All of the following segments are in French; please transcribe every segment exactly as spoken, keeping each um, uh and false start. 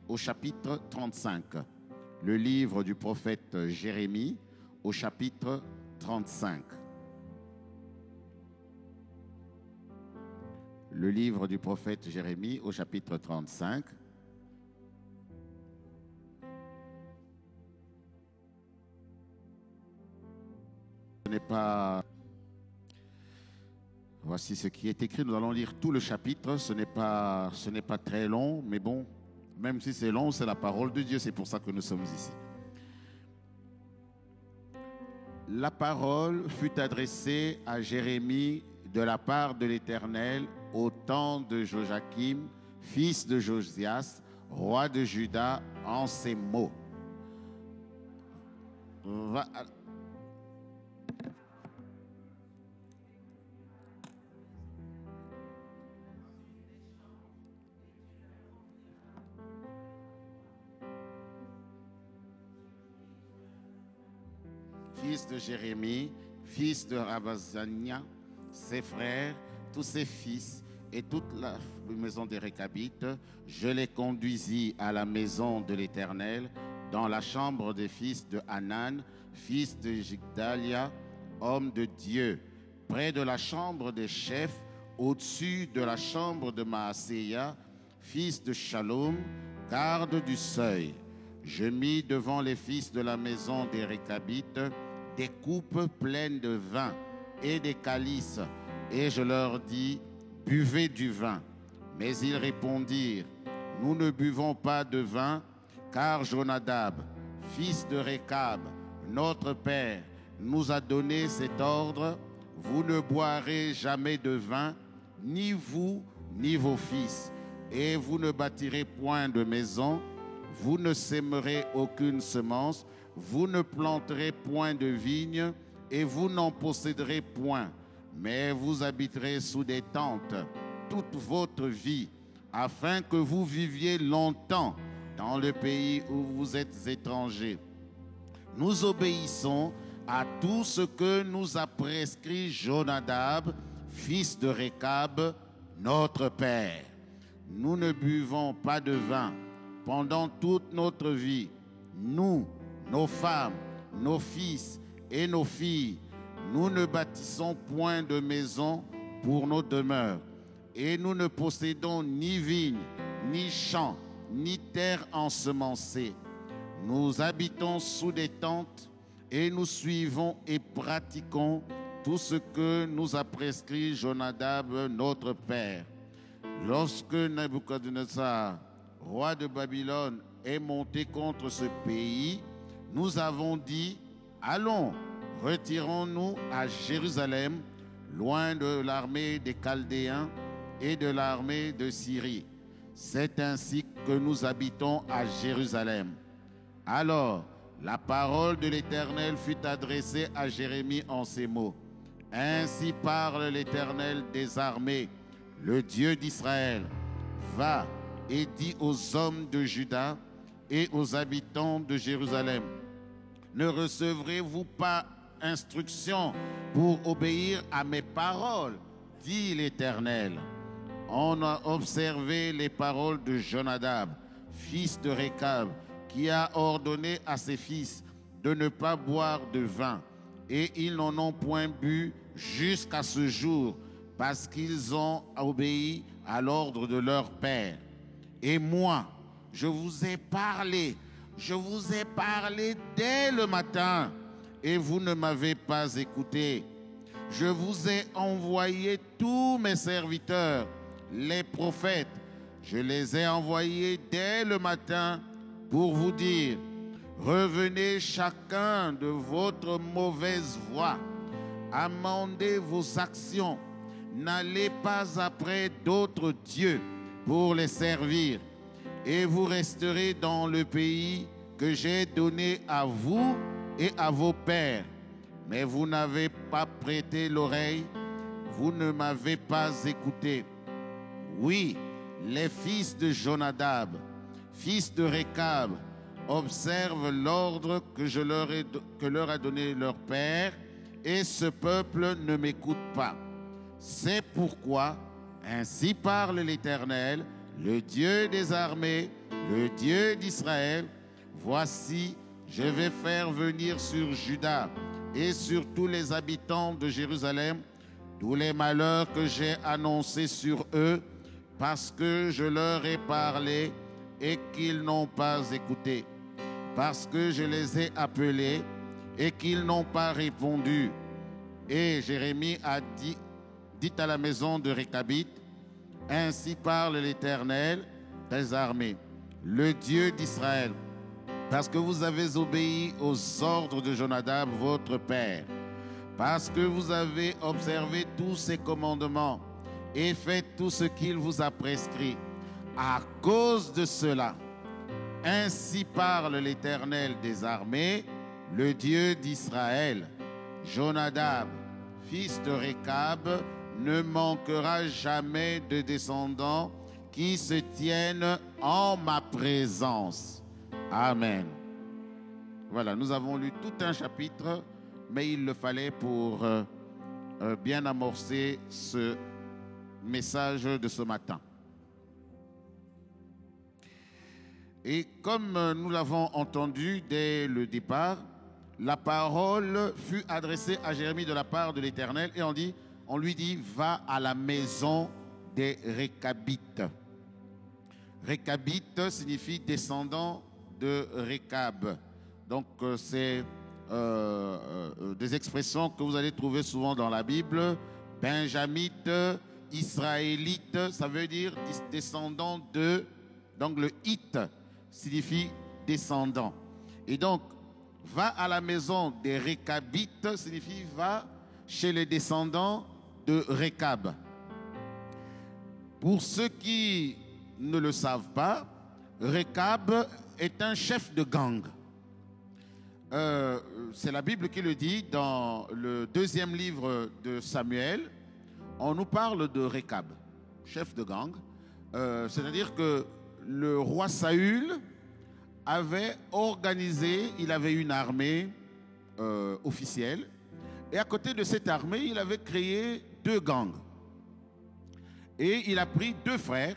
au chapitre trente-cinq. Le livre du prophète Jérémie au chapitre trente-cinq. Le livre du prophète Jérémie au chapitre trente-cinq. Ce n'est pas... Voici ce qui est écrit. Nous allons lire tout le chapitre. Ce n'est pas, ce n'est pas très long, mais bon, même si c'est long, c'est la parole de Dieu. C'est pour ça que nous sommes ici. La parole fut adressée à Jérémie de la part de l'Éternel au temps de Joachim, fils de Josias, roi de Juda, en ces mots. Va... Fils de Jérémie, fils de Rabazania, ses frères, tous ses fils et toute la maison des Récabites, je les conduisis à la maison de l'Éternel, dans la chambre des fils de Hanan, fils de Jigdalia, homme de Dieu, près de la chambre des chefs, au-dessus de la chambre de Maaséia, fils de Shalom, garde du seuil. Je mis devant les fils de la maison des Récabites des coupes pleines de vin et des calices, et je leur dis, buvez du vin. Mais ils répondirent, nous ne buvons pas de vin, car Jonadab, fils de Récab, notre père, nous a donné cet ordre, vous ne boirez jamais de vin, ni vous, ni vos fils, et vous ne bâtirez point de maison, vous ne sèmerez aucune semence, vous ne planterez point de vigne, et vous n'en posséderez point, mais vous habiterez sous des tentes toute votre vie, afin que vous viviez longtemps dans le pays où vous êtes étrangers. Nous obéissons à tout ce que nous a prescrit Jonadab, fils de Récab, notre père. Nous ne buvons pas de vin pendant toute notre vie, nous, nos femmes, nos fils et nos filles. Nous ne bâtissons point de maison pour nos demeures, et nous ne possédons ni vignes, ni champs, ni terre ensemencée. Nous habitons sous des tentes, et nous suivons et pratiquons tout ce que nous a prescrit Jonadab, notre père. Lorsque Nabuchodonosor, roi de Babylone, est monté contre ce pays, nous avons dit, allons, retirons-nous à Jérusalem, loin de l'armée des Chaldéens et de l'armée de Syrie. C'est ainsi que nous habitons à Jérusalem. Alors, la parole de l'Éternel fut adressée à Jérémie en ces mots. Ainsi parle l'Éternel des armées, le Dieu d'Israël. Va et dis aux hommes de Juda et aux habitants de Jérusalem, ne recevrez-vous pas instruction pour obéir à mes paroles, dit l'Éternel. On a observé les paroles de Jonadab, fils de Récab, qui a ordonné à ses fils de ne pas boire de vin, et ils n'en ont point bu jusqu'à ce jour, parce qu'ils ont obéi à l'ordre de leur père. Et moi, je vous ai parlé, je vous ai parlé dès le matin, et vous ne m'avez pas écouté. Je vous ai envoyé tous mes serviteurs, les prophètes. Je les ai envoyés dès le matin pour vous dire, revenez chacun de votre mauvaise voie, amendez vos actions, n'allez pas après d'autres dieux pour les servir, et vous resterez dans le pays que j'ai donné à vous et à vos pères. Mais vous n'avez pas prêté l'oreille, vous ne m'avez pas écouté. Oui, les fils de Jonadab, fils de Récab, observent l'ordre que je leur ai, que leur a donné leur père, et ce peuple ne m'écoute pas. C'est pourquoi, ainsi parle l'Éternel, le Dieu des armées, le Dieu d'Israël, voici, je vais faire venir sur Juda et sur tous les habitants de Jérusalem tous les malheurs que j'ai annoncés sur eux, parce que je leur ai parlé et qu'ils n'ont pas écouté, parce que je les ai appelés et qu'ils n'ont pas répondu. Et Jérémie a dit, dit à la maison de Récabite, ainsi parle l'Éternel des armées, le Dieu d'Israël, parce que vous avez obéi aux ordres de Jonadab, votre père, parce que vous avez observé tous ses commandements et fait tout ce qu'il vous a prescrit. À cause de cela, ainsi parle l'Éternel des armées, le Dieu d'Israël, Jonadab, fils de Récab, ne manquera jamais de descendants qui se tiennent en ma présence. Amen. Voilà, nous avons lu tout un chapitre, mais il le fallait pour euh, euh, bien amorcer ce message de ce matin. Et comme nous l'avons entendu dès le départ, la parole fut adressée à Jérémie de la part de l'Éternel et on dit, on lui dit, va à la maison des Récabites. Récabite signifie descendant de Récab. Donc euh, c'est euh, euh, des expressions que vous allez trouver souvent dans la Bible. Benjamite, Israélite, ça veut dire descendant de. Donc le Hit signifie descendant. Et donc, va à la maison des Récabites signifie va chez les descendants de Récab. Pour ceux qui ne le savent pas, Récab est un chef de gang. Euh, c'est la Bible qui le dit dans le deuxième livre de Samuel. On nous parle de Récab, chef de gang. Euh, c'est-à-dire que le roi Saül avait organisé, il avait une armée euh, officielle. Et à côté de cette armée, il avait créé deux gangs. Et il a pris deux frères,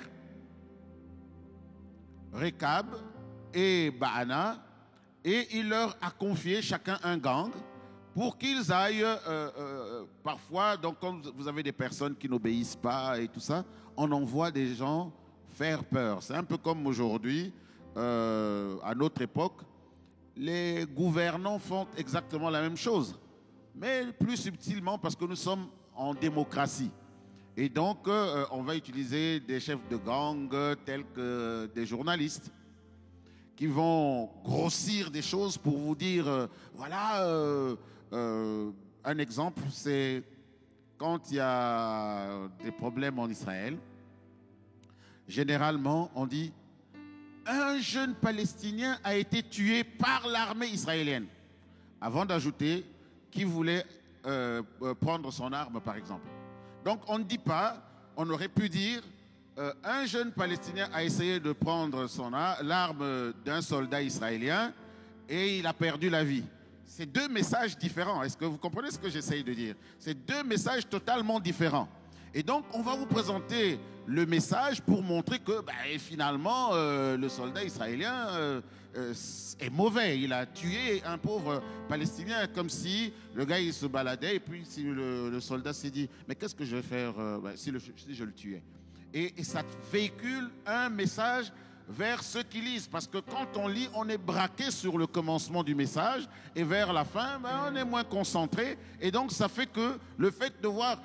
Récab et Baana, et il leur a confié chacun un gang pour qu'ils aillent, euh, euh, parfois, donc quand vous avez des personnes qui n'obéissent pas et tout ça, on envoie des gens faire peur. C'est un peu comme aujourd'hui, euh, à notre époque, les gouvernants font exactement la même chose, mais plus subtilement parce que nous sommes en démocratie. Et donc, euh, on va utiliser des chefs de gang euh, tels que des journalistes qui vont grossir des choses pour vous dire, euh, voilà, euh, euh, un exemple, c'est quand il y a des problèmes en Israël, généralement, on dit, un jeune Palestinien a été tué par l'armée israélienne, avant d'ajouter qui voulait euh, prendre son arme, par exemple. Donc, on ne dit pas, on aurait pu dire, euh, un jeune Palestinien a essayé de prendre son ar- l'arme d'un soldat israélien et il a perdu la vie. C'est deux messages différents. Est-ce que vous comprenez ce que j'essaye de dire? C'est deux messages totalement différents. Et donc, on va vous présenter le message pour montrer que ben, finalement, euh, le soldat israélien euh, euh, est mauvais. Il a tué un pauvre Palestinien comme si le gars il se baladait et puis si le, le soldat s'est dit « mais qu'est-ce que je vais faire euh, ben, si, le, si je le tuais ?» et, et ça véhicule un message vers ceux qui lisent. Parce que quand on lit, on est braqué sur le commencement du message et vers la fin, ben, on est moins concentré. Et donc, ça fait que le fait de voir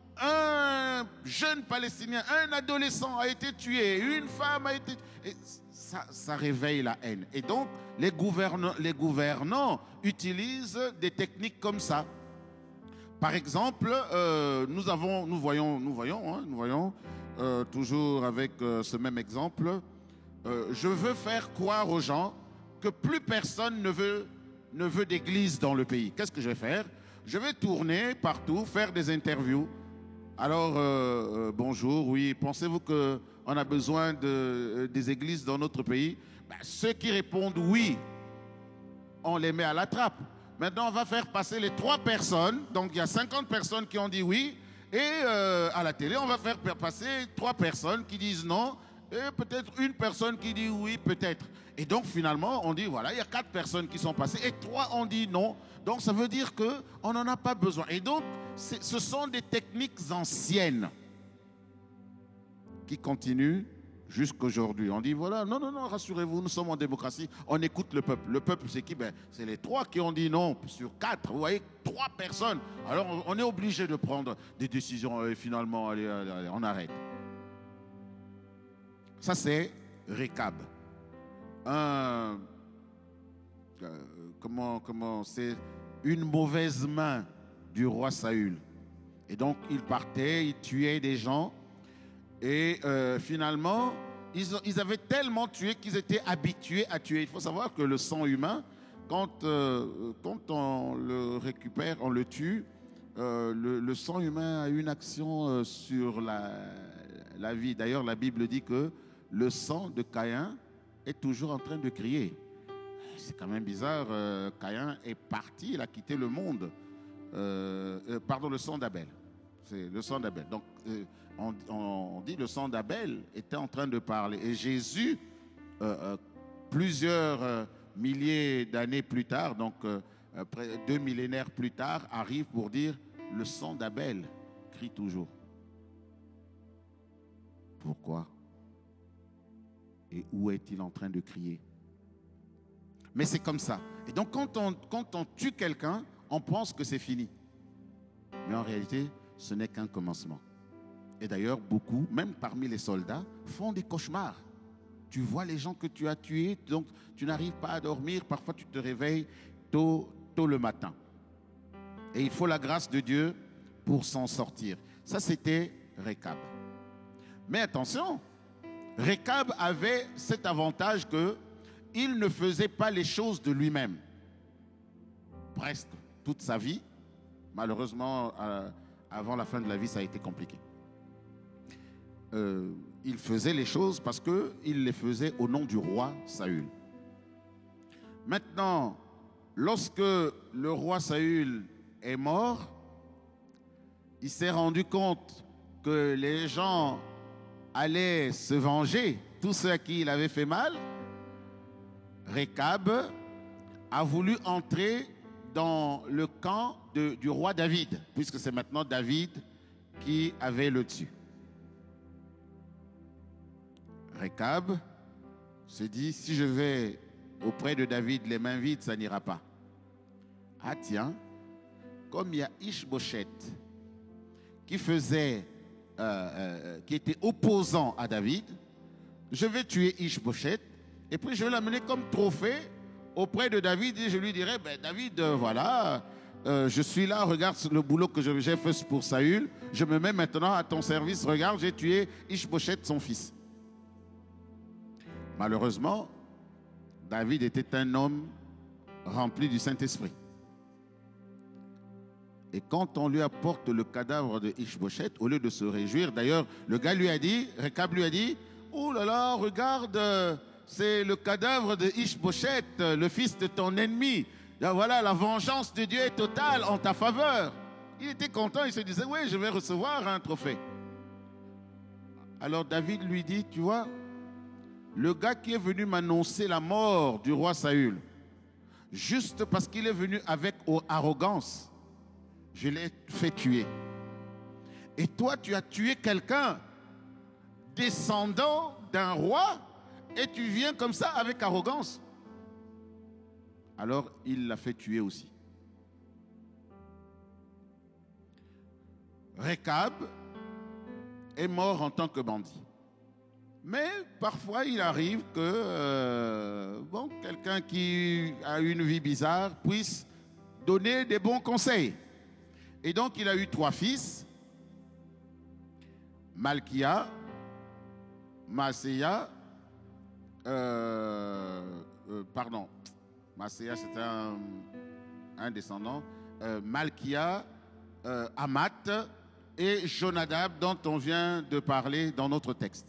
un jeune Palestinien, un adolescent a été tué, une femme a été tuée, ça, ça réveille la haine. Et donc, les gouvernants, les gouvernants utilisent des techniques comme ça. Par exemple, euh, nous avons, nous voyons, nous voyons, hein, nous voyons euh, toujours avec euh, ce même exemple. Euh, je veux faire croire aux gens que plus personne ne veut, ne veut d'église dans le pays. Qu'est-ce que je vais faire? Je vais tourner partout, faire des interviews. Alors, euh, euh, bonjour, oui, pensez-vous qu'on a besoin de, euh, des églises dans notre pays? Ben, ceux qui répondent oui, on les met à la trappe. Maintenant, on va faire passer les trois personnes. Donc, il y a cinquante personnes qui ont dit oui. Et euh, à la télé, on va faire passer trois personnes qui disent non. et peut-être une personne qui dit oui, peut-être. Et donc finalement, on dit voilà, il y a quatre personnes qui sont passées et trois ont dit non. Donc ça veut dire qu'on n'en a pas besoin. Et donc, ce sont des techniques anciennes qui continuent jusqu'aujourd'hui. On dit voilà, non, non, non, rassurez-vous, nous sommes en démocratie, on écoute le peuple. Le peuple, c'est qui? Ben, c'est les trois qui ont dit non sur quatre. Vous voyez, trois personnes. Alors on est obligé de prendre des décisions et finalement, allez, allez, allez, on arrête. Ça, c'est Récab. Un, euh, comment, comment, c'est une mauvaise main du roi Saül. Et donc, il partait, il tuait des gens. Et euh, finalement, ils, ont, ils avaient tellement tué qu'ils étaient habitués à tuer. Il faut savoir que le sang humain, quand, euh, quand on le récupère, on le tue, euh, le, le sang humain a une action euh, sur la, la vie. D'ailleurs, la Bible dit que le sang de Caïn est toujours en train de crier. C'est quand même bizarre, euh, Caïn est parti, il a quitté le monde. Euh, euh, pardon, le sang d'Abel. C'est le sang d'Abel. Donc, euh, on, on dit le sang d'Abel était en train de parler. Et Jésus, euh, euh, plusieurs euh, milliers d'années plus tard, donc euh, près, deux millénaires plus tard, arrive pour dire le sang d'Abel crie toujours. Pourquoi? Et où est-il en train de crier? Mais c'est comme ça. Et donc, quand on, quand on tue quelqu'un, on pense que c'est fini. Mais en réalité, ce n'est qu'un commencement. Et d'ailleurs, beaucoup, même parmi les soldats, font des cauchemars. Tu vois les gens que tu as tués, donc tu n'arrives pas à dormir. Parfois, tu te réveilles tôt, tôt le matin. Et il faut la grâce de Dieu pour s'en sortir. Ça, c'était Récab. Mais attention, Récab avait cet avantage que il ne faisait pas les choses de lui-même. Presque toute sa vie. Malheureusement, euh, avant la fin de la vie, ça a été compliqué. Euh, il faisait les choses parce qu'il les faisait au nom du roi Saül. Maintenant, lorsque le roi Saül est mort, il s'est rendu compte que les gens allaient se venger, tous ceux à qui il avait fait mal. Récab a voulu entrer dans le camp de, du roi David, puisque c'est maintenant David qui avait le dessus. Récab se dit, si je vais auprès de David les mains vides, ça n'ira pas. Ah tiens, comme il y a Ish-Boshet qui faisait, euh, euh, qui était opposant à David, je vais tuer Ish-Boshet et puis je vais l'amener comme trophée auprès de David et je lui dirai, ben David, euh, voilà, euh, je suis là, regarde le boulot que j'ai fait pour Saül, je me mets maintenant à ton service, regarde, j'ai tué Ish-Boshet, son fils. Malheureusement, David était un homme rempli du Saint-Esprit. Et quand on lui apporte le cadavre de Ish-Boshet, au lieu de se réjouir, d'ailleurs, le gars lui a dit, Récab lui a dit, oh là là, regarde, c'est le cadavre de Ish-Boshet, le fils de ton ennemi. Là, voilà, la vengeance de Dieu est totale en ta faveur. Il était content, il se disait, oui, je vais recevoir un trophée. Alors David lui dit, tu vois, le gars qui est venu m'annoncer la mort du roi Saül, juste parce qu'il est venu avec arrogance, je l'ai fait tuer. Et toi, tu as tué quelqu'un descendant d'un roi et tu viens comme ça avec arrogance. Alors, il l'a fait tuer aussi. Récab est mort en tant que bandit. Mais parfois, il arrive que euh, bon, quelqu'un qui a une vie bizarre puisse donner des bons conseils. Et donc, il a eu trois fils, Malkia, Maaséia, euh, euh, pardon, Maaséia c'était un, un descendant, euh, Malkia, euh, Amath et Jonadab dont on vient de parler dans notre texte.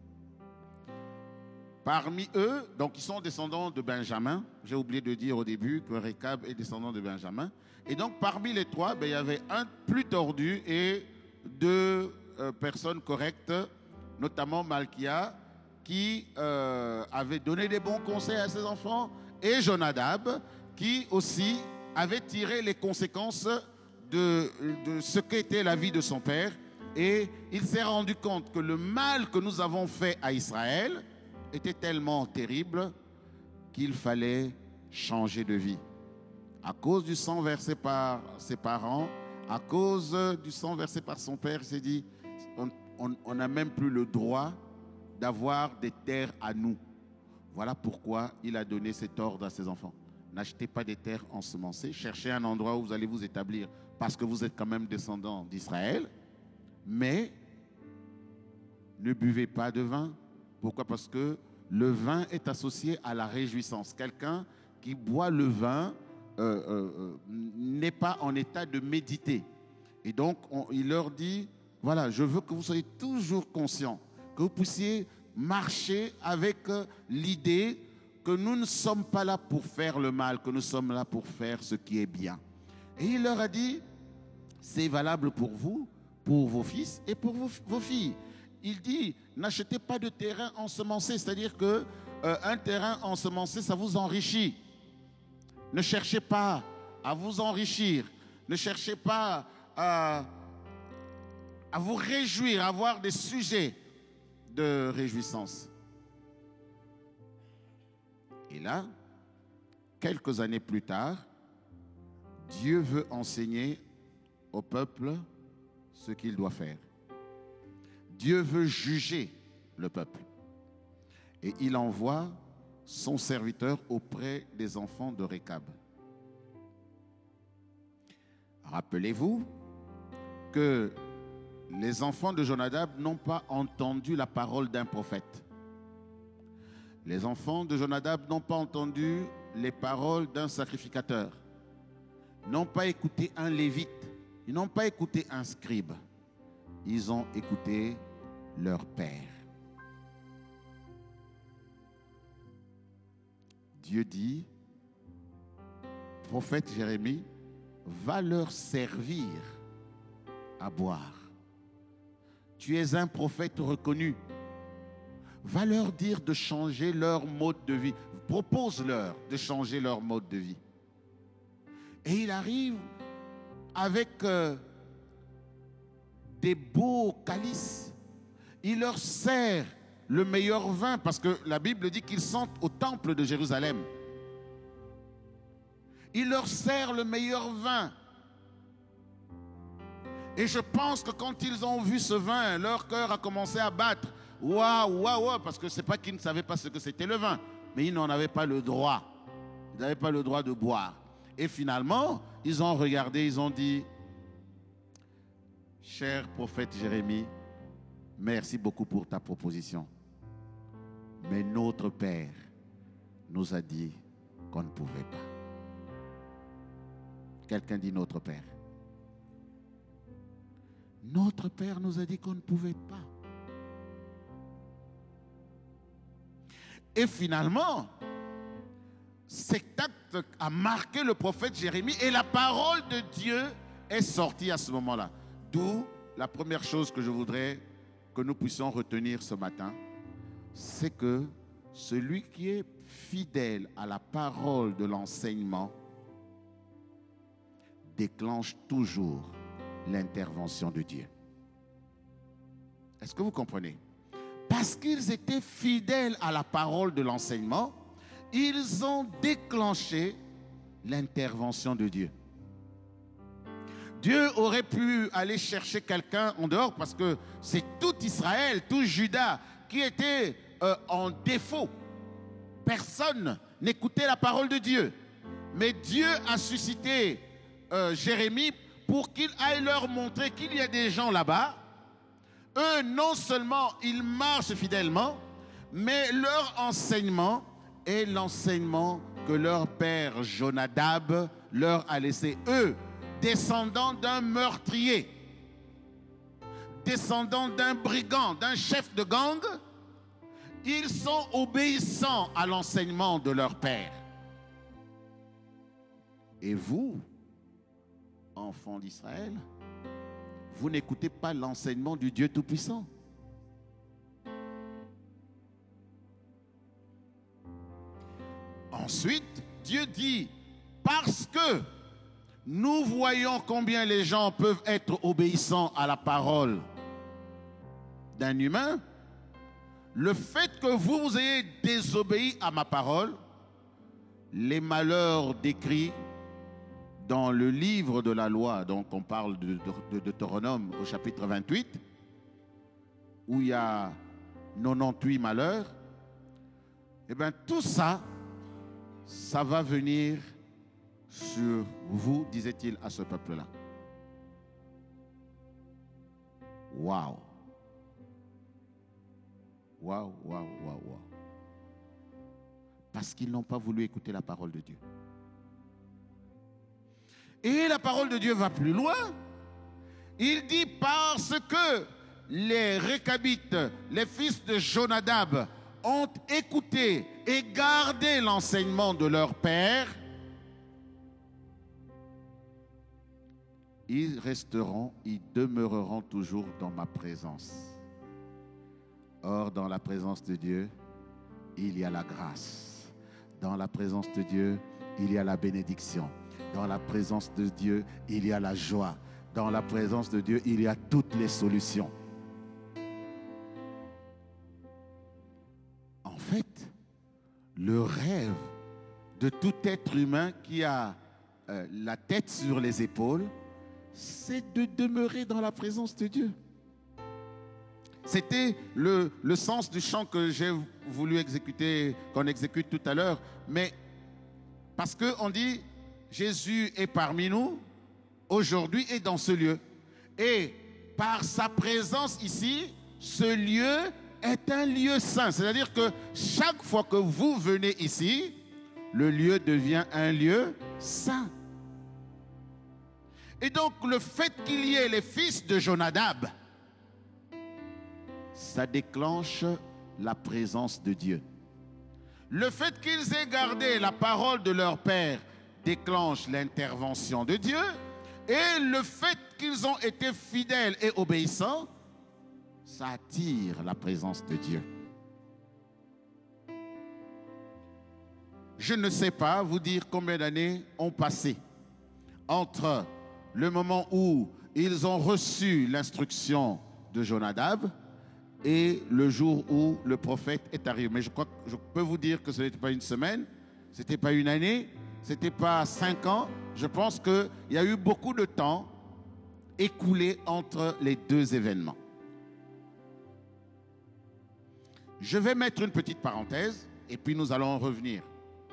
Parmi eux, donc ils sont descendants de Benjamin. J'ai oublié de dire au début que Récab est descendant de Benjamin. Et donc parmi les trois, ben, il y avait un plus tordu et deux euh, personnes correctes, notamment Malkia, qui euh, avait donné des bons conseils à ses enfants, et Jonadab qui aussi avait tiré les conséquences de, de ce qu'était la vie de son père. Et il s'est rendu compte que le mal que nous avons fait à Israël était tellement terrible qu'il fallait changer de vie. À cause du sang versé par ses parents, à cause du sang versé par son père, il s'est dit, on n'a même plus le droit d'avoir des terres à nous. Voilà pourquoi il a donné cet ordre à ses enfants. N'achetez pas des terres ensemencées, cherchez un endroit où vous allez vous établir, parce que vous êtes quand même descendants d'Israël, mais ne buvez pas de vin. Pourquoi? Parce que le vin est associé à la réjouissance. Quelqu'un qui boit le vin euh, euh, n'est pas en état de méditer. Et donc, on, il leur dit, voilà, je veux que vous soyez toujours conscients, que vous puissiez marcher avec euh, l'idée que nous ne sommes pas là pour faire le mal, que nous sommes là pour faire ce qui est bien. Et il leur a dit, c'est valable pour vous, pour vos fils et pour vos, vos filles. Il dit, n'achetez pas de terrain ensemencé, c'est-à-dire que euh, un terrain ensemencé, ça vous enrichit. Ne cherchez pas à vous enrichir, ne cherchez pas à, à vous réjouir, à avoir des sujets de réjouissance. Et là, quelques années plus tard, Dieu veut enseigner au peuple ce qu'il doit faire. Dieu veut juger le peuple. Et il envoie son serviteur auprès des enfants de Récab. Rappelez-vous que les enfants de Jonadab n'ont pas entendu la parole d'un prophète. Les enfants de Jonadab n'ont pas entendu les paroles d'un sacrificateur. N'ont pas écouté un lévite. Ils n'ont pas écouté un scribe. Ils ont écouté leur père. Dieu dit, prophète Jérémie, va leur servir à boire. Tu es un prophète reconnu. Va leur dire de changer leur mode de vie. Propose-leur de changer leur mode de vie. Et il arrive avec euh, des beaux calices. Il leur sert le meilleur vin, parce que la Bible dit qu'ils sont au temple de Jérusalem. Il leur sert le meilleur vin. Et je pense que quand ils ont vu ce vin, leur cœur a commencé à battre. Waouh, waouh, waouh, parce que ce n'est pas qu'ils ne savaient pas ce que c'était le vin, mais ils n'en avaient pas le droit. Ils n'avaient pas le droit de boire. Et finalement, ils ont regardé, ils ont dit, cher prophète Jérémie, merci beaucoup pour ta proposition. Mais notre Père nous a dit qu'on ne pouvait pas. Quelqu'un dit notre Père. Notre Père nous a dit qu'on ne pouvait pas. Et finalement, cet acte a marqué le prophète Jérémie et la parole de Dieu est sortie à ce moment-là. D'où la première chose que je voudrais que nous puissions retenir ce matin, c'est que celui qui est fidèle à la parole de l'enseignement déclenche toujours l'intervention de Dieu. Est-ce que vous comprenez? Parce qu'ils étaient fidèles à la parole de l'enseignement, ils ont déclenché l'intervention de Dieu. Dieu aurait pu aller chercher quelqu'un en dehors, parce que c'est tout Israël, tout Juda qui était euh, en défaut. Personne n'écoutait la parole de Dieu. Mais Dieu a suscité euh, Jérémie pour qu'il aille leur montrer qu'il y a des gens là-bas. Eux, non seulement ils marchent fidèlement, mais leur enseignement est l'enseignement que leur père Jonadab leur a laissé. Eux, descendants d'un meurtrier, descendants d'un brigand, d'un chef de gang, ils sont obéissants à l'enseignement de leur père. Et vous, enfants d'Israël, vous n'écoutez pas l'enseignement du Dieu Tout-Puissant. Ensuite, Dieu dit, parce que nous voyons combien les gens peuvent être obéissants à la parole d'un humain, le fait que vous, vous ayez désobéi à ma parole, les malheurs décrits dans le livre de la loi, donc on parle de, de, de Deutéronome au chapitre vingt-huit, où il y a quatre-vingt-dix-huit malheurs, et bien tout ça, ça va venir sur vous, disait-il à ce peuple-là. Waouh! Waouh, waouh, waouh, waouh. Parce qu'ils n'ont pas voulu écouter la parole de Dieu. Et la parole de Dieu va plus loin. Il dit parce que les Récabites, les fils de Jonadab, ont écouté et gardé l'enseignement de leur père, ils resteront, ils demeureront toujours dans ma présence. Or, dans la présence de Dieu, il y a la grâce. Dans la présence de Dieu, il y a la bénédiction. Dans la présence de Dieu, il y a la joie. Dans la présence de Dieu, il y a toutes les solutions. En fait, le rêve de tout être humain qui a euh, la tête sur les épaules, c'est de demeurer dans la présence de Dieu. C'était le, le sens du chant que j'ai voulu exécuter, qu'on exécute tout à l'heure. Mais parce qu'on dit, Jésus est parmi nous, aujourd'hui et dans ce lieu. Et par sa présence ici, ce lieu est un lieu saint. C'est-à-dire que chaque fois que vous venez ici, le lieu devient un lieu saint. Et donc le fait qu'il y ait les fils de Jonadab, ça déclenche la présence de Dieu. Le fait qu'ils aient gardé la parole de leur père déclenche l'intervention de Dieu. Et le fait qu'ils ont été fidèles et obéissants, ça attire la présence de Dieu. Je ne sais pas vous dire combien d'années ont passé entre le moment où ils ont reçu l'instruction de Jonadab et le jour où le prophète est arrivé. Mais je crois que je peux vous dire que ce n'était pas une semaine, ce n'était pas une année, ce n'était pas cinq ans. Je pense qu'il y a eu beaucoup de temps écoulé entre les deux événements. Je vais mettre une petite parenthèse et puis nous allons revenir.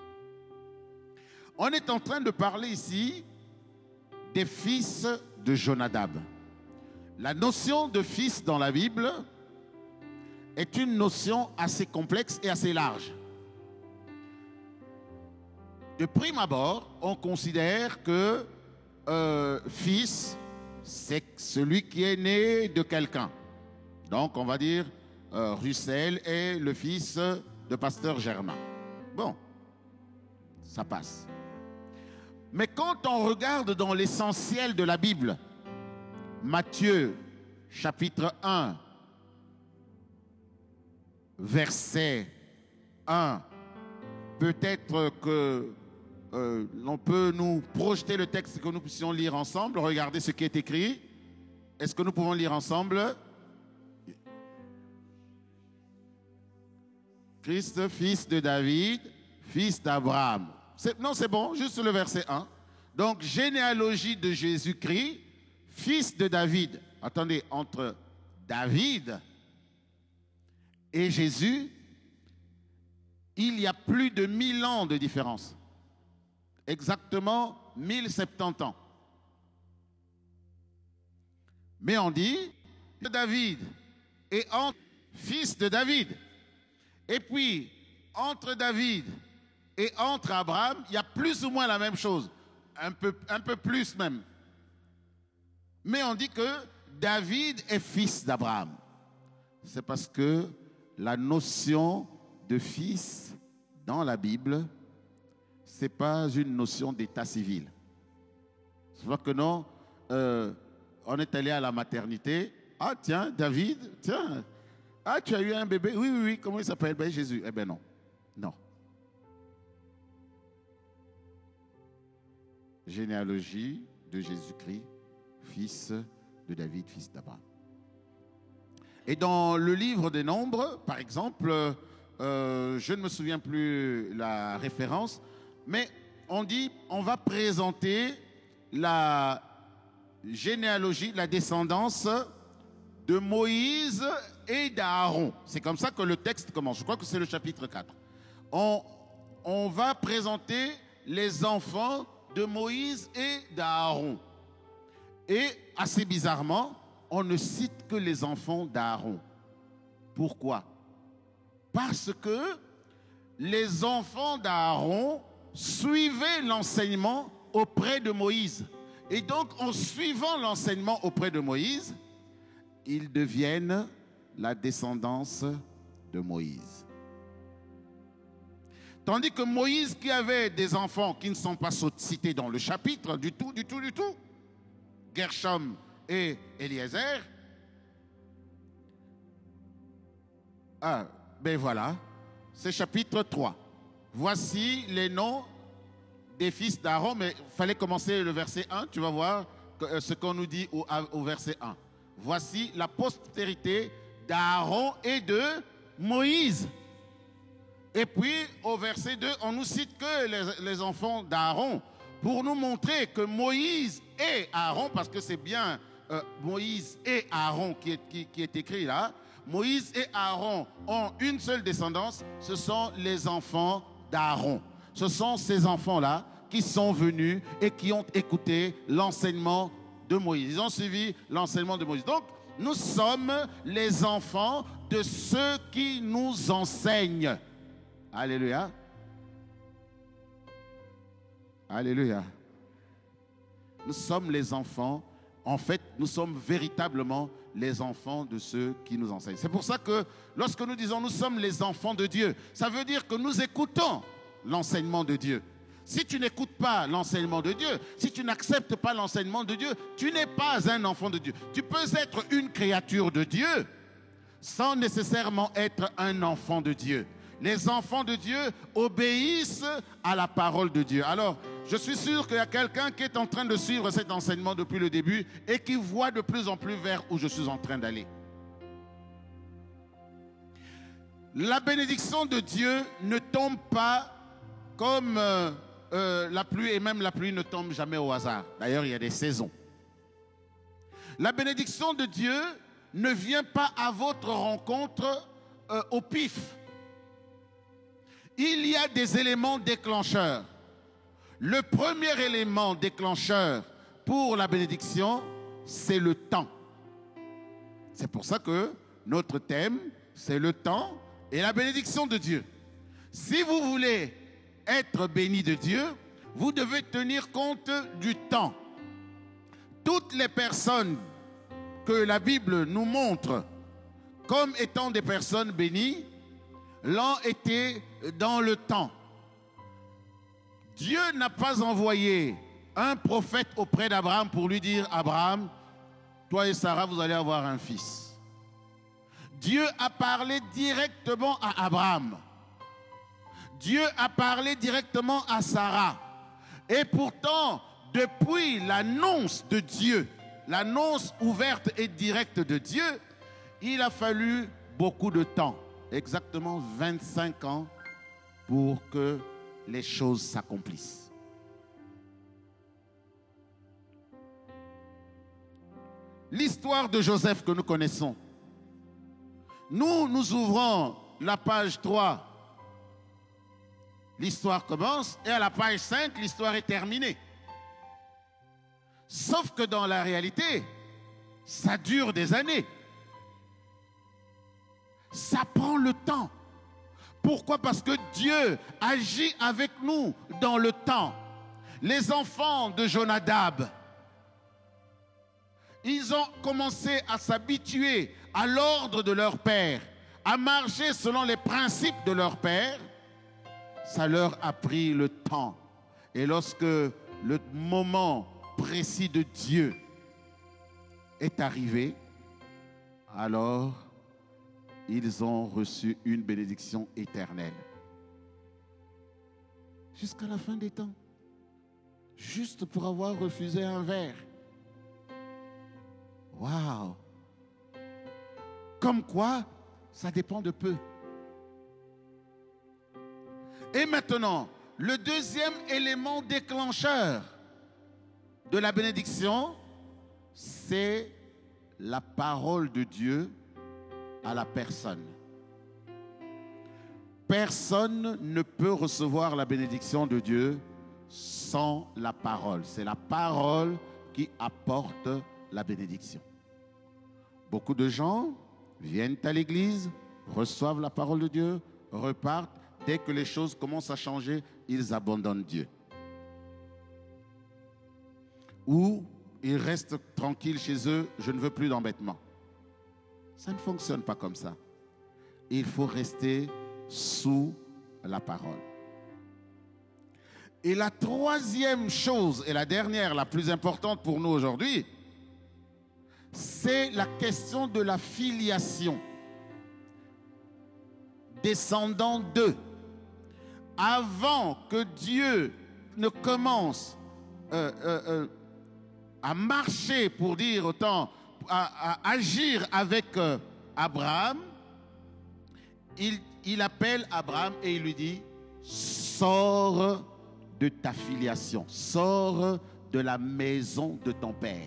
On est en train de parler ici des fils de Jonadab. La notion de fils dans la Bible est une notion assez complexe et assez large. De prime abord, on considère que euh, fils, c'est celui qui est né de quelqu'un. Donc, on va dire, euh, Russell est le fils de pasteur Germain. Bon, ça passe. Mais quand on regarde dans l'essentiel de la Bible, Matthieu, chapitre un, verset un, peut-être que euh, l'on peut nous projeter le texte que nous puissions lire ensemble. Regardez ce qui est écrit. Est-ce que nous pouvons lire ensemble? Christ, fils de David, fils d'Abraham. Non, c'est bon, juste le verset un. Donc, généalogie de Jésus-Christ, fils de David. Attendez, entre David et Jésus, il y a plus de mille ans de différence. Exactement mille soixante-dix ans. Mais on dit David et entre fils de David. Et puis, entre David et entre Abraham, il y a plus ou moins la même chose. Un peu, un peu plus même. Mais on dit que David est fils d'Abraham. C'est parce que la notion de fils dans la Bible, ce n'est pas une notion d'état civil. Je vois que non, euh, on est allé à la maternité. Ah tiens, David, tiens, ah tu as eu un bébé. Oui, oui, oui, comment il s'appelle? Ben Jésus. Eh bien non, non. généalogie de Jésus-Christ, fils de David, fils d'Abraham. Et dans le livre des Nombres, par exemple, euh, je ne me souviens plus la référence, mais on dit, on va présenter la généalogie, la descendance de Moïse et d'Aaron. C'est comme ça que le texte commence. Je crois que c'est le chapitre quatre. On, on va présenter les enfants de Moïse et d'Aaron. Et assez bizarrement, on ne cite que les enfants d'Aaron. Pourquoi? Parce que les enfants d'Aaron suivaient l'enseignement auprès de Moïse. Et donc, en suivant l'enseignement auprès de Moïse, ils deviennent la descendance de Moïse. Tandis que Moïse, qui avait des enfants qui ne sont pas cités dans le chapitre du tout, du tout, du tout, Gershom et Eliezer, ah, ben voilà, c'est chapitre trois. Voici les noms des fils d'Aaron, mais il fallait commencer le verset un, tu vas voir ce qu'on nous dit au, au verset un. Voici la postérité d'Aaron et de Moïse. Et puis au verset deux, on nous cite que les, les enfants d'Aaron pour nous montrer que Moïse et Aaron, parce que c'est bien euh, Moïse et Aaron qui est, qui, qui est écrit là, Moïse et Aaron ont une seule descendance, ce sont les enfants d'Aaron. Ce sont ces enfants-là qui sont venus et qui ont écouté l'enseignement de Moïse. Ils ont suivi l'enseignement de Moïse. Donc, nous sommes les enfants de ceux qui nous enseignent. Alléluia. Alléluia. Nous sommes les enfants. En fait, nous sommes véritablement les enfants de ceux qui nous enseignent. C'est pour ça que lorsque nous disons nous sommes les enfants de Dieu, ça veut dire que nous écoutons l'enseignement de Dieu. Si tu n'écoutes pas l'enseignement de Dieu, si tu n'acceptes pas l'enseignement de Dieu, tu n'es pas un enfant de Dieu. Tu peux être une créature de Dieu sans nécessairement être un enfant de Dieu. Les enfants de Dieu obéissent à la parole de Dieu. Alors, je suis sûr qu'il y a quelqu'un qui est en train de suivre cet enseignement depuis le début et qui voit de plus en plus vers où je suis en train d'aller. La bénédiction de Dieu ne tombe pas comme euh, euh, la pluie, et même la pluie ne tombe jamais au hasard. D'ailleurs, il y a des saisons. La bénédiction de Dieu ne vient pas à votre rencontre euh, au pif. Il y a des éléments déclencheurs. Le premier élément déclencheur pour la bénédiction, c'est le temps. C'est pour ça que notre thème, c'est le temps et la bénédiction de Dieu. Si vous voulez être béni de Dieu, vous devez tenir compte du temps. Toutes les personnes que la Bible nous montre comme étant des personnes bénies, l'ont été dans le temps. Dieu n'a pas envoyé un prophète auprès d'Abraham pour lui dire « Abraham, toi et Sarah, vous allez avoir un fils. » Dieu a parlé directement à Abraham. Dieu a parlé directement à Sarah. Et pourtant, depuis l'annonce de Dieu, l'annonce ouverte et directe de Dieu, il a fallu beaucoup de temps. Exactement vingt-cinq ans pour que les choses s'accomplissent. L'histoire de Joseph que nous connaissons. Nous, nous ouvrons la page trois. L'histoire commence et à la page cinq, l'histoire est terminée. Sauf que dans la réalité, ça dure des années. Ça prend le temps. Pourquoi? Parce que Dieu agit avec nous dans le temps. Les enfants de Jonadab, ils ont commencé à s'habituer à l'ordre de leur père, à marcher selon les principes de leur père. Ça leur a pris le temps. Et lorsque le moment précis de Dieu est arrivé, alors ils ont reçu une bénédiction éternelle. Jusqu'à la fin des temps. juste pour avoir refusé un verre. Waouh! Comme quoi, ça dépend de peu. Et maintenant, le deuxième élément déclencheur de la bénédiction, c'est la parole de Dieu à la personne. Personne ne peut recevoir la bénédiction de Dieu sans la parole. C'est la parole qui apporte la bénédiction. Beaucoup de gens viennent à l'église, reçoivent la parole de Dieu, repartent. Dès que les choses commencent à changer, ils abandonnent Dieu. Ou ils restent tranquilles chez eux, je ne veux plus d'embêtement. Ça ne fonctionne pas comme ça. Il faut rester sous la parole. Et la troisième chose, et la dernière, la plus importante pour nous aujourd'hui, c'est la question de la filiation. Descendant d'eux. Avant que Dieu ne commence euh, euh, euh, à marcher, pour dire autant, à, à agir avec euh, Abraham, il, il appelle Abraham et il lui dit, sors de ta filiation, sors de la maison de ton père.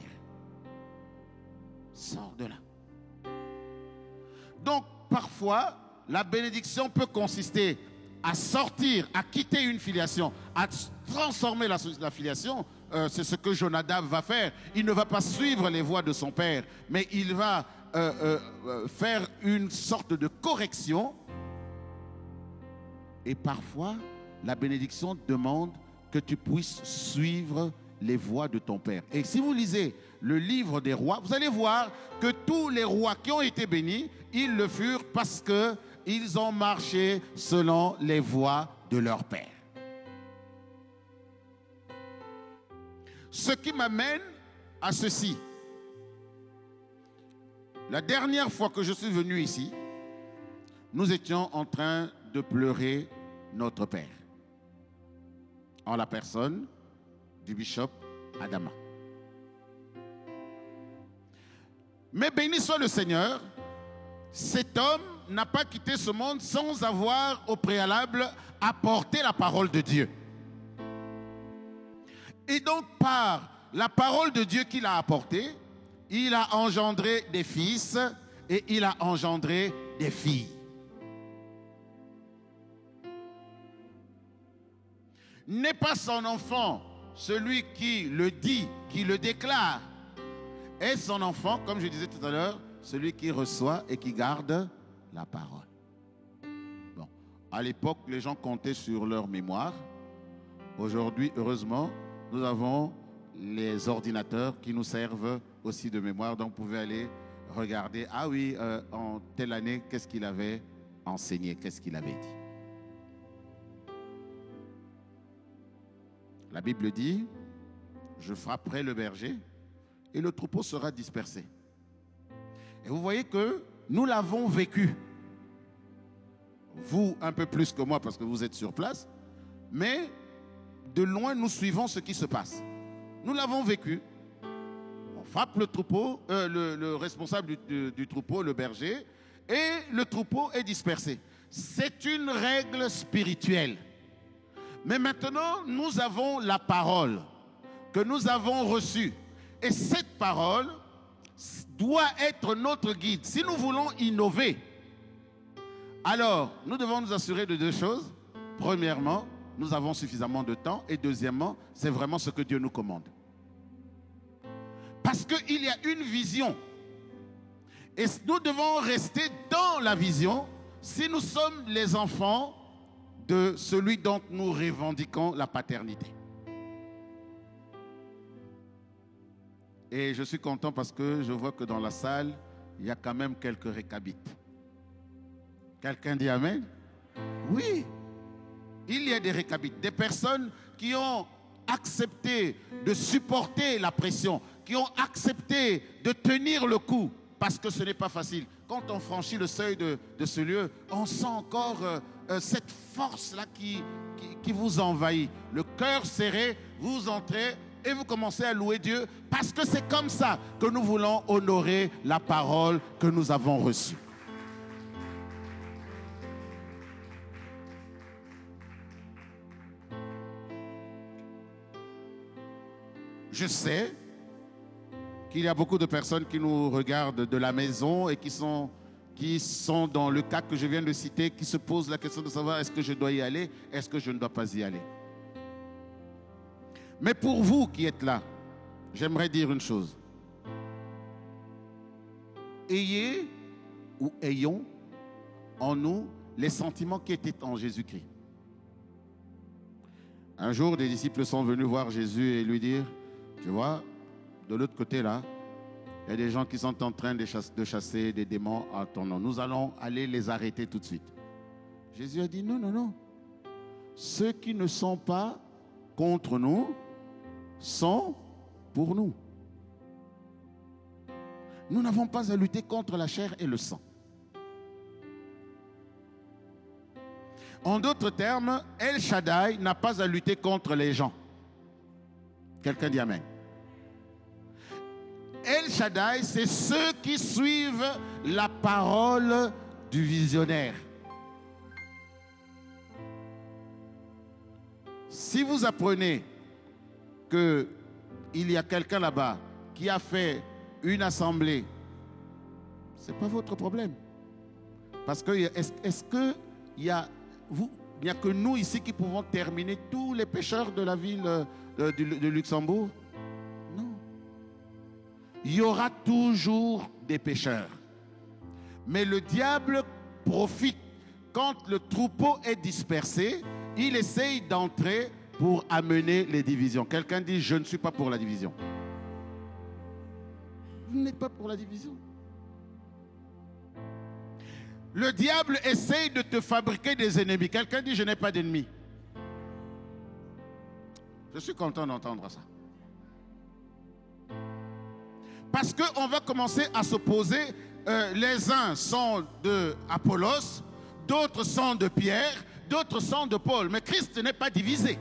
Sors de là. Donc, parfois, la bénédiction peut consister à sortir, à quitter une filiation, à transformer la, la filiation. Euh, c'est ce que Jonadab va faire. Il ne va pas suivre les voies de son père, mais il va euh, euh, faire une sorte de correction. Et parfois, la bénédiction demande que tu puisses suivre les voies de ton père. Et si vous lisez le livre des rois, vous allez voir que tous les rois qui ont été bénis, ils le furent parce que ils ont marché selon les voies de leur père. Ce qui m'amène à ceci. La dernière fois que je suis venu ici, nous étions en train de pleurer notre père, en la personne du bishop Adama. Mais béni soit le Seigneur, cet homme n'a pas quitté ce monde sans avoir au préalable apporté la parole de Dieu. Et donc par la parole de Dieu qu'il a apportée, il a engendré des fils et il a engendré des filles. N'est pas son enfant celui qui le dit, qui le déclare, est son enfant, comme je disais tout à l'heure, celui qui reçoit et qui garde la parole. Bon, à l'époque, les gens comptaient sur leur mémoire. Aujourd'hui, heureusement, nous avons les ordinateurs qui nous servent aussi de mémoire. Donc, vous pouvez aller regarder, ah oui, euh, en telle année, qu'est-ce qu'il avait enseigné, qu'est-ce qu'il avait dit. La Bible dit, je frapperai le berger et le troupeau sera dispersé. Et vous voyez que nous l'avons vécu. Vous, un peu plus que moi parce que vous êtes sur place, mais de loin, nous suivons ce qui se passe. Nous l'avons vécu. On frappe le troupeau, euh, le, le responsable du, du, du troupeau, le berger, et le troupeau est dispersé. C'est une règle spirituelle. Mais maintenant, nous avons la parole que nous avons reçue. Et cette parole doit être notre guide. Si nous voulons innover, alors nous devons nous assurer de deux choses. Premièrement, nous avons suffisamment de temps. Et deuxièmement, c'est vraiment ce que Dieu nous commande. Parce qu'il y a une vision. Et nous devons rester dans la vision si nous sommes les enfants de celui dont nous revendiquons la paternité. Et je suis content parce que je vois que dans la salle, il y a quand même quelques récabites. Quelqu'un dit Amen? Oui, il y a des récabites, des personnes qui ont accepté de supporter la pression, qui ont accepté de tenir le coup, parce que ce n'est pas facile. Quand on franchit le seuil de, de ce lieu, on sent encore euh, euh, cette force-là qui, qui, qui vous envahit, le cœur serré, vous entrez et vous commencez à louer Dieu parce que c'est comme ça que nous voulons honorer la parole que nous avons reçue. Je sais qu'il y a beaucoup de personnes qui nous regardent de la maison et qui sont, qui sont dans le cas que je viens de citer, qui se posent la question de savoir est-ce que je dois y aller, est-ce que je ne dois pas y aller. Mais pour vous qui êtes là, j'aimerais dire une chose. Ayez ou ayons en nous les sentiments qui étaient en Jésus-Christ. Un jour, des disciples sont venus voir Jésus et lui dire, tu vois, de l'autre côté là, il y a des gens qui sont en train de chasser, de chasser des démons à ton nom. Nous allons aller les arrêter tout de suite. Jésus a dit non, non, non. Ceux qui ne sont pas contre nous sont pour nous. Nous n'avons pas à lutter contre la chair et le sang. En d'autres termes, El Shaddai n'a pas à lutter contre les gens. Quelqu'un dit amen. El Shaddai, c'est ceux qui suivent la parole du visionnaire. Si vous apprenez qu'il y a quelqu'un là-bas qui a fait une assemblée, ce n'est pas votre problème. Parce que est-ce, est-ce que il y a, vous, il n'y a que nous ici qui pouvons terminer tous les pécheurs de la ville de, de, de Luxembourg? Non. Il y aura toujours des pécheurs. Mais le diable profite. Quand le troupeau est dispersé, il essaye d'entrer pour amener les divisions. Quelqu'un dit, je ne suis pas pour la division. Vous n'êtes pas pour la division. Le diable essaye de te fabriquer des ennemis. Quelqu'un dit, je n'ai pas d'ennemis. Je suis content d'entendre ça. Parce qu'on va commencer à s'opposer. Euh, les uns sont de Apollos, d'autres sont de Pierre, d'autres sont de Paul. Mais Christ n'est pas divisé.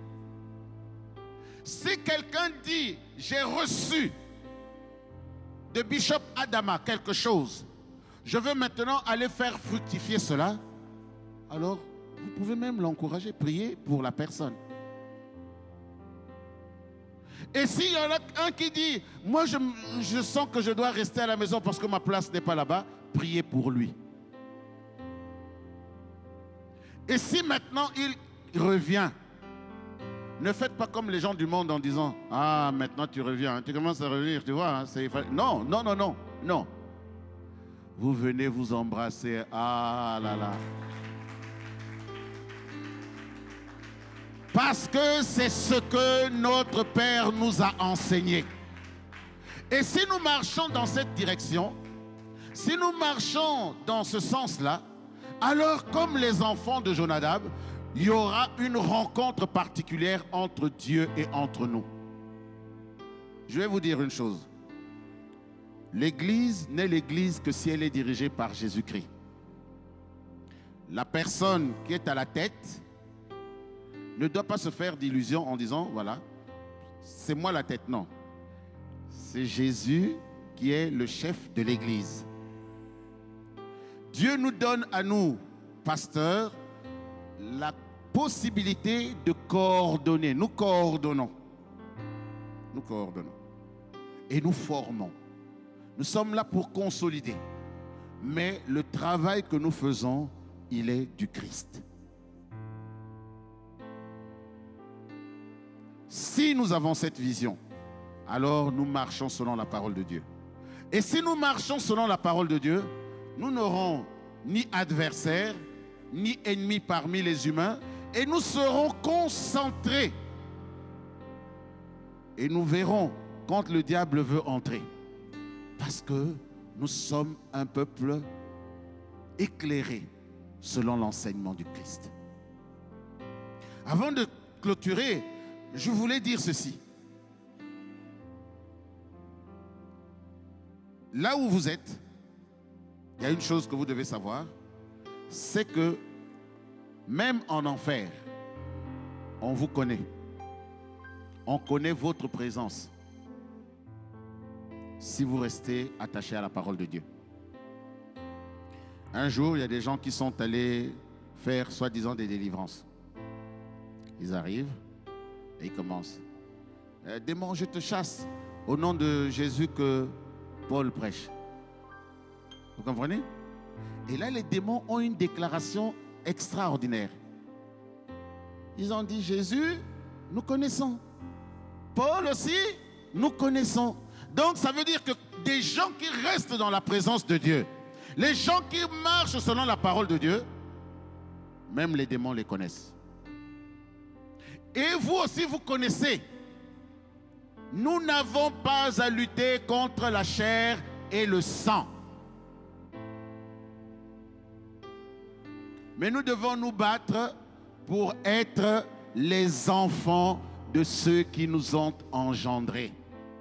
Si quelqu'un dit, j'ai reçu de Bishop Adama quelque chose, je veux maintenant aller faire fructifier cela, alors vous pouvez même l'encourager, prier pour la personne. Et s'il y en a un qui dit, moi je, je sens que je dois rester à la maison parce que ma place n'est pas là-bas, priez pour lui. Et si maintenant il revient, ne faites pas comme les gens du monde en disant, ah maintenant tu reviens, tu commences à revenir, tu vois. Hein, c'est... Non, non, non, non, non. Vous venez vous embrasser, ah là là. Parce que c'est ce que notre Père nous a enseigné. Et si nous marchons dans cette direction, si nous marchons dans ce sens-là, alors comme les enfants de Jonadab, il y aura une rencontre particulière entre Dieu et entre nous. Je vais vous dire une chose. L'Église n'est l'Église que si elle est dirigée par Jésus-Christ. La personne qui est à la tête ne doit pas se faire d'illusions en disant, voilà, c'est moi la tête. Non. C'est Jésus qui est le chef de l'Église. Dieu nous donne à nous, pasteurs, la possibilité de coordonner. Nous coordonnons. Nous coordonnons. Et nous formons. Nous sommes là pour consolider. Mais le travail que nous faisons, il est du Christ. Si nous avons cette vision, alors nous marchons selon la parole de Dieu. Et si nous marchons selon la parole de Dieu, nous n'aurons ni adversaires, ni ennemis parmi les humains, et nous serons concentrés. Et nous verrons quand le diable veut entrer. Parce que nous sommes un peuple éclairé selon l'enseignement du Christ. Avant de clôturer, je voulais dire ceci. Là où vous êtes, il y a une chose que vous devez savoir, c'est que même en enfer, on vous connaît. On connaît votre présence. Si vous restez attaché à la parole de Dieu. Un jour, il y a des gens qui sont allés faire soi-disant des délivrances. Ils arrivent et ils commencent. Eh, démon, je te chasse au nom de Jésus que Paul prêche. Vous comprenez? Et là, les démons ont une déclaration extraordinaire. Ils ont dit, Jésus, nous connaissons. Paul aussi, nous connaissons. Donc, ça veut dire que des gens qui restent dans la présence de Dieu, les gens qui marchent selon la parole de Dieu, même les démons les connaissent. Et vous aussi, vous connaissez. Nous n'avons pas à lutter contre la chair et le sang. Mais nous devons nous battre pour être les enfants de ceux qui nous ont engendrés.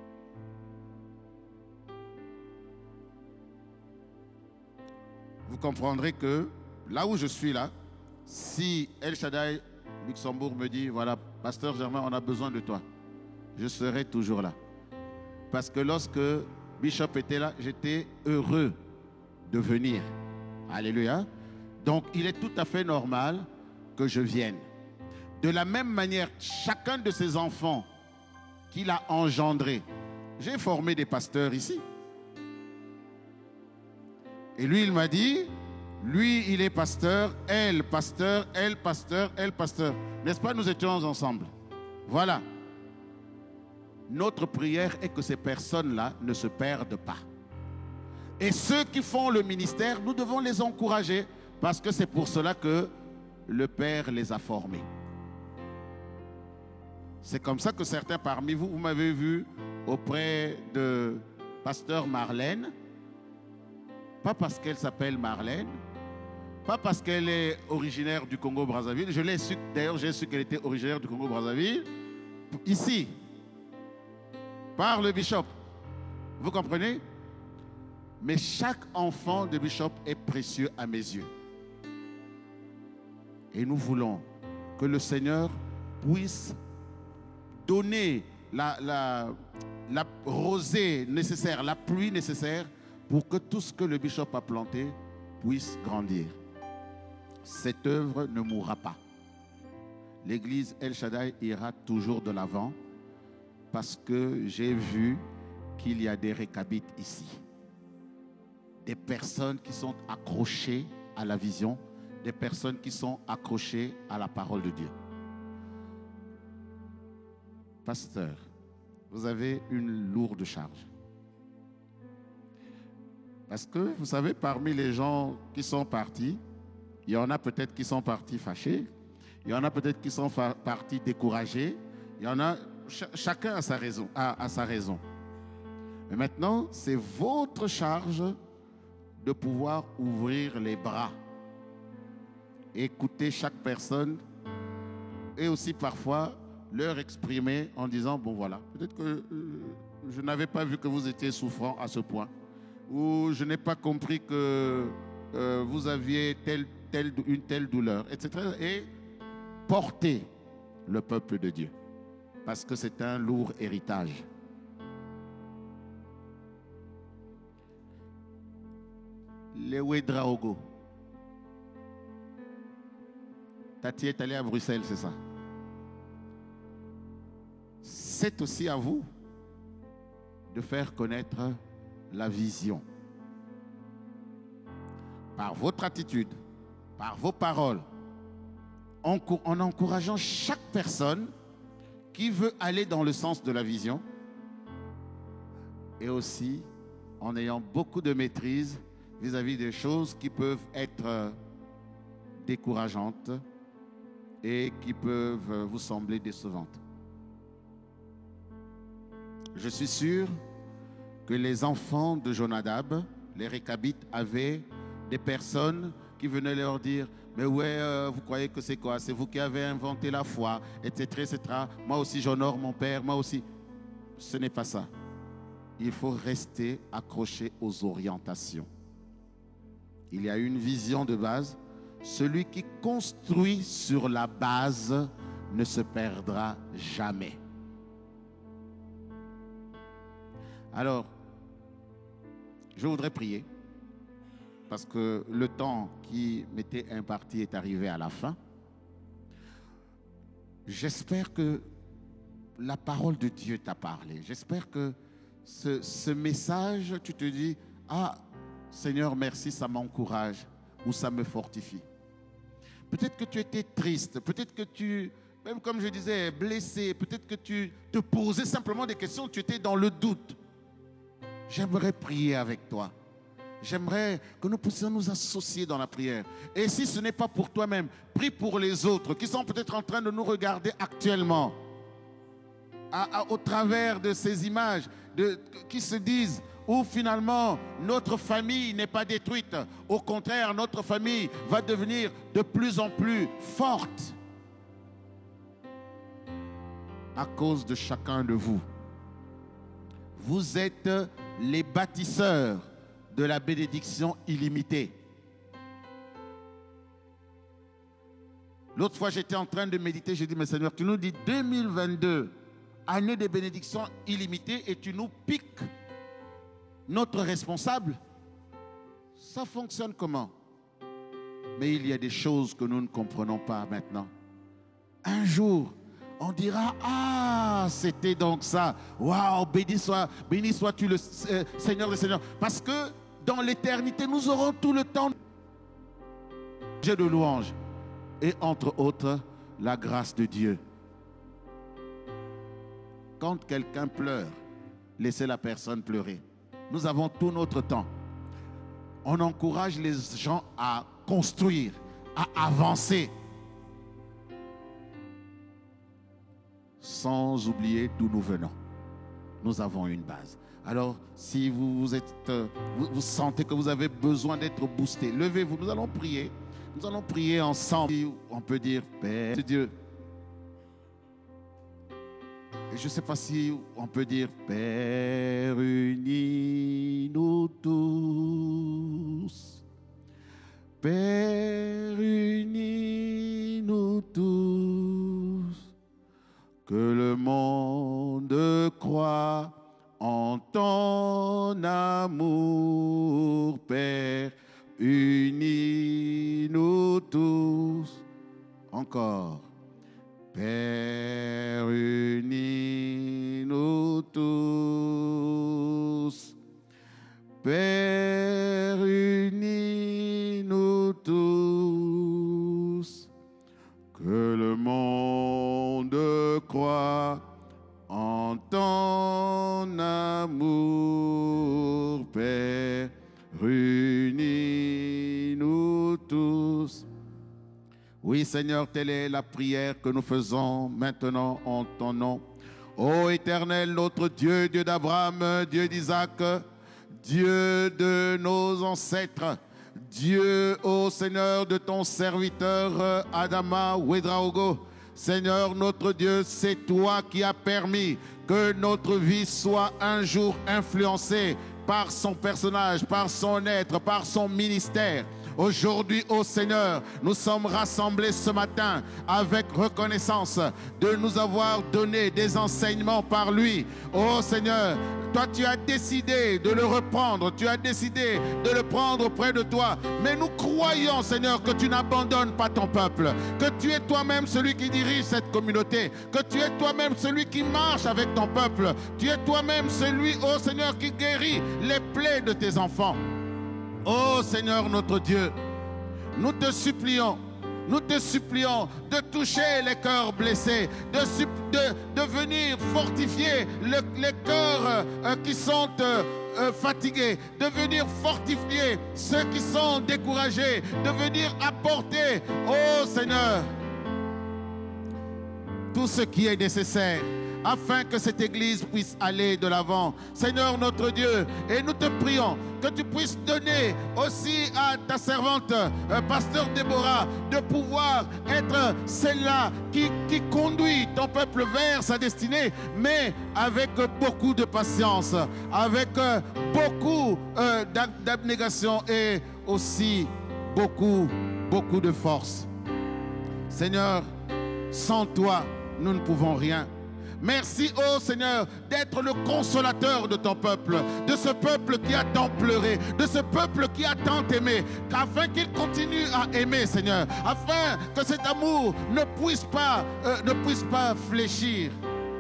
Vous comprendrez que là où je suis là, si El Shaddai Luxembourg me dit, voilà, Pasteur Germain, on a besoin de toi, je serai toujours là. Parce que lorsque Bishop était là, j'étais heureux de venir. Alléluia. Donc, il est tout à fait normal que je vienne. De la même manière, chacun de ses enfants qu'il a engendrés, j'ai formé des pasteurs ici. Et lui, il m'a dit, lui, il est pasteur, elle, pasteur, elle, pasteur, elle, pasteur. N'est-ce pas, nous étions ensemble. Voilà. Notre prière est que ces personnes-là ne se perdent pas. Et ceux qui font le ministère, nous devons les encourager parce que c'est pour cela que le Père les a formés. C'est comme ça que certains parmi vous, vous m'avez vu auprès de pasteur Marlène, pas parce qu'elle s'appelle Marlène, pas parce qu'elle est originaire du Congo-Brazzaville. Je l'ai su, d'ailleurs, j'ai su qu'elle était originaire du Congo-Brazzaville. Ici, par le bishop. Vous comprenez? Mais chaque enfant de bishop est précieux à mes yeux. Et nous voulons que le Seigneur puisse donner la, la, la rosée nécessaire, la pluie nécessaire pour que tout ce que le bishop a planté puisse grandir. Cette œuvre ne mourra pas. L'église El Shaddai ira toujours de l'avant parce que j'ai vu qu'il y a des récabites ici. Des personnes qui sont accrochées à la vision, des personnes qui sont accrochées à la parole de Dieu. Pasteur, vous avez une lourde charge. Parce que, vous savez, parmi les gens qui sont partis, il y en a peut-être qui sont partis fâchés, il y en a peut-être qui sont partis découragés, il y en a, ch chacun a sa raison, a, a sa raison. Mais maintenant, c'est votre charge de pouvoir ouvrir les bras, écouter chaque personne et aussi parfois leur exprimer en disant, bon voilà, peut-être que euh, je n'avais pas vu que vous étiez souffrant à ce point, ou je n'ai pas compris que euh, vous aviez telle, telle, une telle douleur, et cetera. Et porter le peuple de Dieu, parce que c'est un lourd héritage. Lewe Draogo. Tati est allé à Bruxelles, c'est ça? C'est aussi à vous de faire connaître la vision. Par votre attitude, par vos paroles, en, en encourageant chaque personne qui veut aller dans le sens de la vision et aussi en ayant beaucoup de maîtrise vis-à-vis des choses qui peuvent être décourageantes et qui peuvent vous sembler décevantes. Je suis sûr que les enfants de Jonadab, les Récabites, avaient des personnes qui venaient leur dire « Mais ouais, euh, vous croyez que c'est quoi? C'est vous qui avez inventé la foi, et cetera, et cetera. Moi aussi, j'honore mon père, moi aussi. » Ce n'est pas ça. Il faut rester accroché aux orientations. Il y a une vision de base. Celui qui construit sur la base ne se perdra jamais. Alors, je voudrais prier, parce que le temps qui m'était imparti est arrivé à la fin. J'espère que la parole de Dieu t'a parlé. J'espère que ce, ce message, tu te dis, ah, Seigneur, merci, ça m'encourage ou ça me fortifie. Peut-être que tu étais triste, peut-être que tu, même comme je disais, blessé, peut-être que tu te posais simplement des questions, tu étais dans le doute. J'aimerais prier avec toi. J'aimerais que nous puissions nous associer dans la prière. Et si ce n'est pas pour toi-même, prie pour les autres qui sont peut-être en train de nous regarder actuellement. À, à, au travers de ces images, de, qui se disent, où finalement notre famille n'est pas détruite. Au contraire, notre famille va devenir de plus en plus forte à cause de chacun de vous. Vous êtes les bâtisseurs de la bénédiction illimitée. L'autre fois, j'étais en train de méditer, j'ai dit, mais Seigneur, tu nous dis deux mille vingt-deux, année de bénédiction illimitée, et tu nous piques notre responsable. Ça fonctionne comment? Mais il y a des choses que nous ne comprenons pas maintenant. Un jour, on dira, ah, c'était donc ça. Waouh, béni soit, béni sois-tu le euh, Seigneur des Seigneurs. Parce que dans l'éternité, nous aurons tout le temps de louange. Et entre autres, la grâce de Dieu. Quand quelqu'un pleure, laissez la personne pleurer. Nous avons tout notre temps. On encourage les gens à construire, à avancer. Sans oublier d'où nous venons. Nous avons une base. Alors, si vous, vous, êtes, vous, vous sentez que vous avez besoin d'être boosté, levez-vous, nous allons prier. Nous allons prier ensemble. On peut dire, Père Dieu. Et je ne sais pas si on peut dire, Père, unis-nous tous. Père, unis-nous tous. Que le monde croit en ton amour, Père, unis-nous tous. Encore. Père, unis-nous tous. Père, unis-nous tous. Que le monde croit en ton amour, Père, unis-nous tous. Oui, Seigneur, telle est la prière que nous faisons maintenant en ton nom. Ô Éternel, notre Dieu, Dieu d'Abraham, Dieu d'Isaac, Dieu de nos ancêtres, Dieu, ô Seigneur, de ton serviteur Adama Ouedraogo. Seigneur, notre Dieu, c'est toi qui as permis que notre vie soit un jour influencée par son personnage, par son être, par son ministère. Aujourd'hui, ô Seigneur, nous sommes rassemblés ce matin avec reconnaissance de nous avoir donné des enseignements par lui. Ô Seigneur, toi tu as décidé de le reprendre, tu as décidé de le prendre près de toi. Mais nous croyons, Seigneur, que tu n'abandonnes pas ton peuple, que tu es toi-même celui qui dirige cette communauté, que tu es toi-même celui qui marche avec ton peuple. Tu es toi-même celui, ô Seigneur, qui guérit les plaies de tes enfants. Ô Seigneur notre Dieu, nous te supplions, nous te supplions de toucher les cœurs blessés, de, de, de venir fortifier le, les cœurs euh, qui sont euh, euh, fatigués, de venir fortifier ceux qui sont découragés, de venir apporter, ô Seigneur, tout ce qui est nécessaire, afin que cette église puisse aller de l'avant. Seigneur notre Dieu, et nous te prions que tu puisses donner aussi à ta servante, euh, pasteur Déborah, de pouvoir être celle-là qui, qui conduit ton peuple vers sa destinée, mais avec beaucoup de patience, avec euh, beaucoup euh, d'abnégation et aussi beaucoup, beaucoup de force. Seigneur, Sans toi, nous ne pouvons rien. Merci, ô Seigneur, d'être le consolateur de ton peuple, de ce peuple qui a tant pleuré, de ce peuple qui a tant aimé, afin qu'il continue à aimer, Seigneur, afin que cet amour ne puisse pas, euh, ne puisse pas fléchir.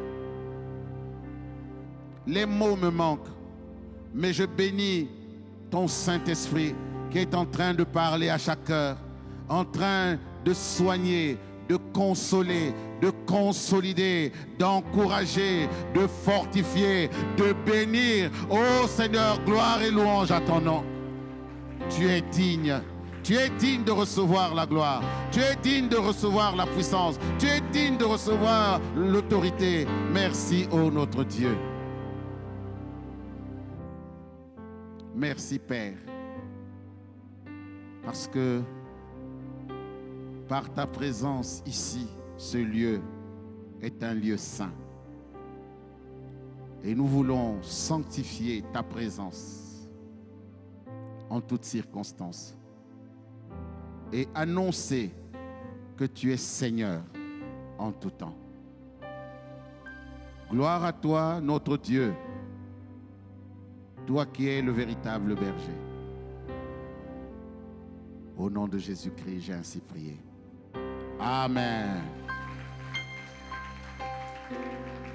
Les mots me manquent, mais je bénis ton Saint-Esprit qui est en train de parler à chaque cœur, en train de soigner, de consoler, de consolider, d'encourager, de fortifier, de bénir. Oh Seigneur, gloire et louange à ton nom. Tu es digne. Tu es digne de recevoir la gloire. Tu es digne de recevoir la puissance. Tu es digne de recevoir l'autorité. Merci, ô notre Dieu. Merci, Père. Parce que par ta présence ici, ce lieu est un lieu saint. Et nous voulons sanctifier ta présence en toutes circonstances et annoncer que tu es Seigneur en tout temps. Gloire à toi, notre Dieu, toi qui es le véritable berger. Au nom de Jésus-Christ, j'ai ainsi prié. Amen.